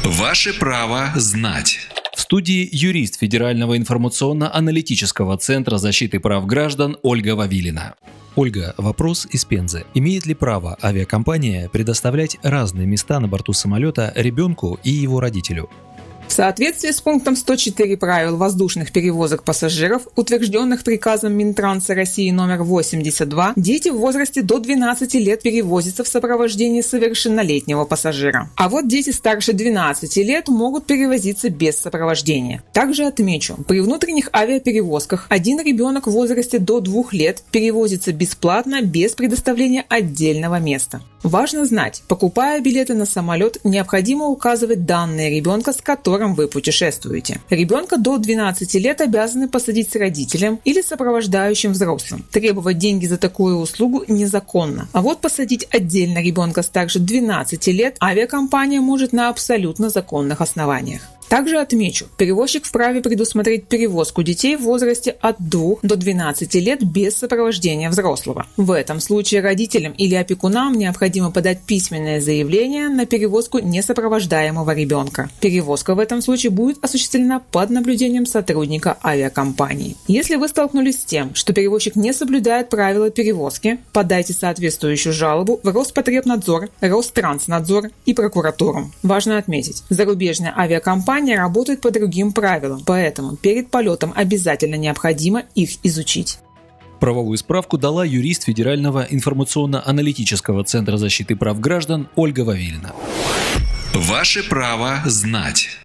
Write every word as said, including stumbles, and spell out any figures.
Ваше право знать. В студии юрист Федерального информационно-аналитического центра защиты прав граждан Ольга Вавилина. Ольга, вопрос из Пензы. Имеет ли право авиакомпания предоставлять разные места на борту самолета ребенку и его родителю? В соответствии с пунктом сто четыре правил воздушных перевозок пассажиров, утвержденных приказом Минтранса России номер восемьдесят два, дети в возрасте до двенадцати лет перевозятся в сопровождении совершеннолетнего пассажира. А вот дети старше двенадцати лет могут перевозиться без сопровождения. Также отмечу, при внутренних авиаперевозках один ребенок в возрасте до двух лет перевозится бесплатно без предоставления отдельного места. Важно знать, покупая билеты на самолет, необходимо указывать данные ребенка, с которым вы путешествуете. Ребенка до двенадцати лет обязаны посадить с родителем или сопровождающим взрослым. Требовать деньги за такую услугу незаконно. А вот посадить отдельно ребенка старше двенадцати лет авиакомпания может на абсолютно законных основаниях. Также отмечу, перевозчик вправе предусмотреть перевозку детей в возрасте от двух до двенадцати лет без сопровождения взрослого. В этом случае родителям или опекунам необходимо подать письменное заявление на перевозку несопровождаемого ребенка. Перевозка в этом случае будет осуществлена под наблюдением сотрудника авиакомпании. Если вы столкнулись с тем, что перевозчик не соблюдает правила перевозки, подайте соответствующую жалобу в Роспотребнадзор, Ространснадзор и прокуратуру. Важно отметить, зарубежная авиакомпания работают по другим правилам, поэтому перед полетом обязательно необходимо их изучить. Правовую справку дала юрист Федерального информационно-аналитического центра защиты прав граждан Ольга Вавилина. Ваше право знать.